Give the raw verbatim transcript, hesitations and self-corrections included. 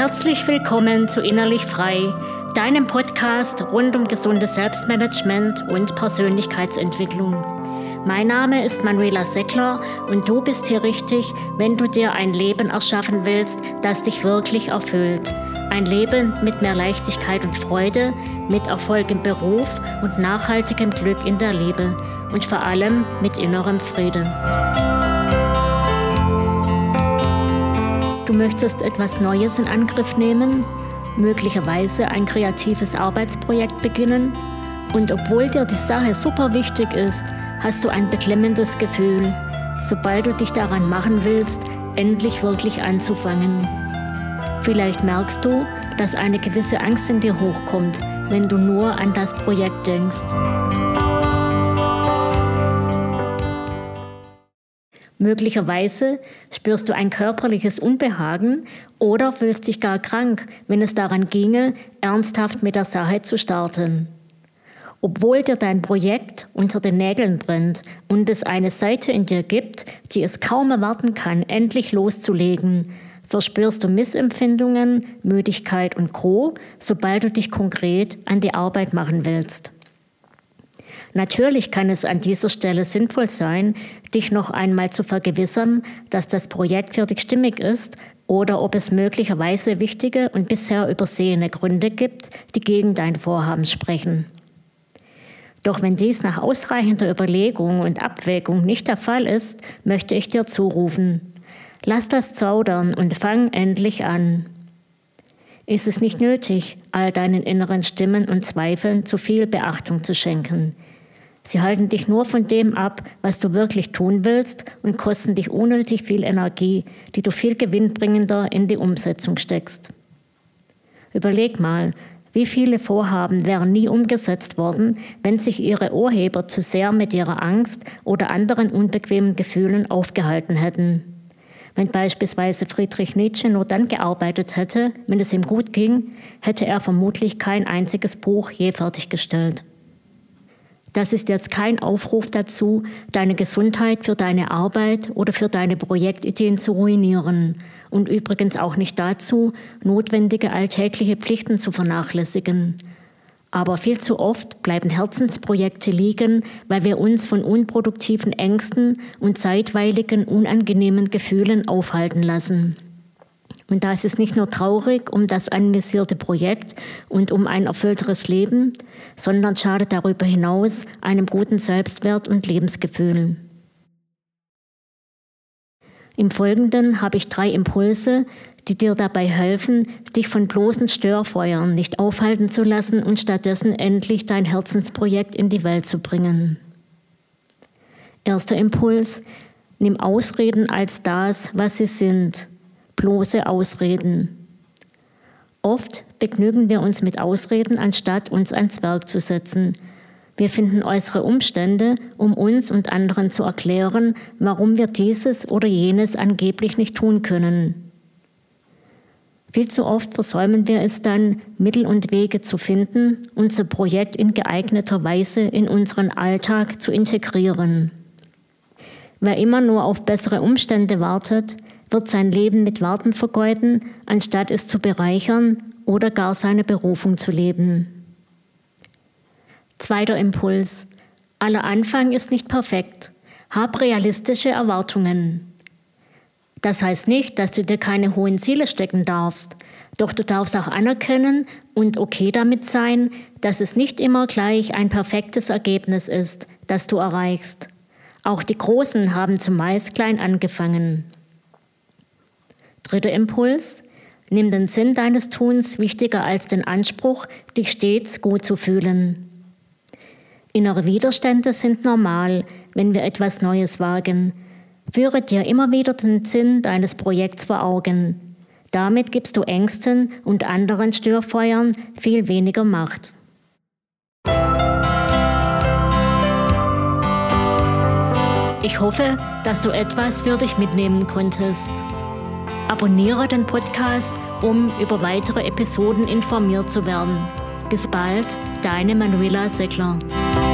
Herzlich willkommen zu Innerlich Frei, deinem Podcast rund um gesundes Selbstmanagement und Persönlichkeitsentwicklung. Mein Name ist Manuela Seckler und du bist hier richtig, wenn du dir ein Leben erschaffen willst, das dich wirklich erfüllt. Ein Leben mit mehr Leichtigkeit und Freude, mit Erfolg im Beruf und nachhaltigem Glück in der Liebe und vor allem mit innerem Frieden. Du möchtest etwas Neues in Angriff nehmen, möglicherweise ein kreatives Arbeitsprojekt beginnen und obwohl dir die Sache super wichtig ist, hast du ein beklemmendes Gefühl, sobald du dich daran machen willst, endlich wirklich anzufangen. Vielleicht merkst du, dass eine gewisse Angst in dir hochkommt, wenn du nur an das Projekt denkst. Möglicherweise spürst du ein körperliches Unbehagen oder fühlst dich gar krank, wenn es daran ginge, ernsthaft mit der Sache zu starten. Obwohl dir dein Projekt unter den Nägeln brennt und es eine Seite in dir gibt, die es kaum erwarten kann, endlich loszulegen, verspürst du Missempfindungen, Müdigkeit und Co., sobald du dich konkret an die Arbeit machen willst. Natürlich kann es an dieser Stelle sinnvoll sein, dich noch einmal zu vergewissern, dass das Projekt für dich stimmig ist oder ob es möglicherweise wichtige und bisher übersehene Gründe gibt, die gegen dein Vorhaben sprechen. Doch wenn dies nach ausreichender Überlegung und Abwägung nicht der Fall ist, möchte ich dir zurufen: Lass das zaudern und fang endlich an. Ist es nicht nötig, all deinen inneren Stimmen und Zweifeln zu viel Beachtung zu schenken. Sie halten dich nur von dem ab, was du wirklich tun willst und kosten dich unnötig viel Energie, die du viel gewinnbringender in die Umsetzung steckst. Überleg mal, wie viele Vorhaben wären nie umgesetzt worden, wenn sich ihre Urheber zu sehr mit ihrer Angst oder anderen unbequemen Gefühlen aufgehalten hätten. Wenn beispielsweise Friedrich Nietzsche nur dann gearbeitet hätte, wenn es ihm gut ging, hätte er vermutlich kein einziges Buch je fertiggestellt. Das ist jetzt kein Aufruf dazu, deine Gesundheit für deine Arbeit oder für deine Projektideen zu ruinieren und übrigens auch nicht dazu, notwendige alltägliche Pflichten zu vernachlässigen. Aber viel zu oft bleiben Herzensprojekte liegen, weil wir uns von unproduktiven Ängsten und zeitweiligen unangenehmen Gefühlen aufhalten lassen. Und da ist es nicht nur traurig um das anvisierte Projekt und um ein erfüllteres Leben, sondern schadet darüber hinaus einem guten Selbstwert und Lebensgefühl. Im Folgenden habe ich drei Impulse, die dir dabei helfen, dich von bloßen Störfeuern nicht aufhalten zu lassen und stattdessen endlich dein Herzensprojekt in die Welt zu bringen. Erster Impuls: Nimm Ausreden als das, was sie sind. Bloße Ausreden. Oft begnügen wir uns mit Ausreden, anstatt uns ans Werk zu setzen. Wir finden äußere Umstände, um uns und anderen zu erklären, warum wir dieses oder jenes angeblich nicht tun können. Viel zu oft versäumen wir es dann, Mittel und Wege zu finden, unser Projekt in geeigneter Weise in unseren Alltag zu integrieren. Wer immer nur auf bessere Umstände wartet, wird sein Leben mit Warten vergeuden, anstatt es zu bereichern oder gar seine Berufung zu leben. Zweiter Impuls: Aller Anfang ist nicht perfekt. Hab realistische Erwartungen. Das heißt nicht, dass du dir keine hohen Ziele stecken darfst, doch du darfst auch anerkennen und okay damit sein, dass es nicht immer gleich ein perfektes Ergebnis ist, das du erreichst. Auch die Großen haben zumeist klein angefangen. Dritter Impuls: Nimm den Sinn deines Tuns wichtiger als den Anspruch, dich stets gut zu fühlen. Innere Widerstände sind normal, wenn wir etwas Neues wagen. Führe dir immer wieder den Sinn deines Projekts vor Augen. Damit gibst du Ängsten und anderen Störfeuern viel weniger Macht. Ich hoffe, dass du etwas für dich mitnehmen konntest. Abonniere den Podcast, um über weitere Episoden informiert zu werden. Bis bald, deine Manuela Seckler.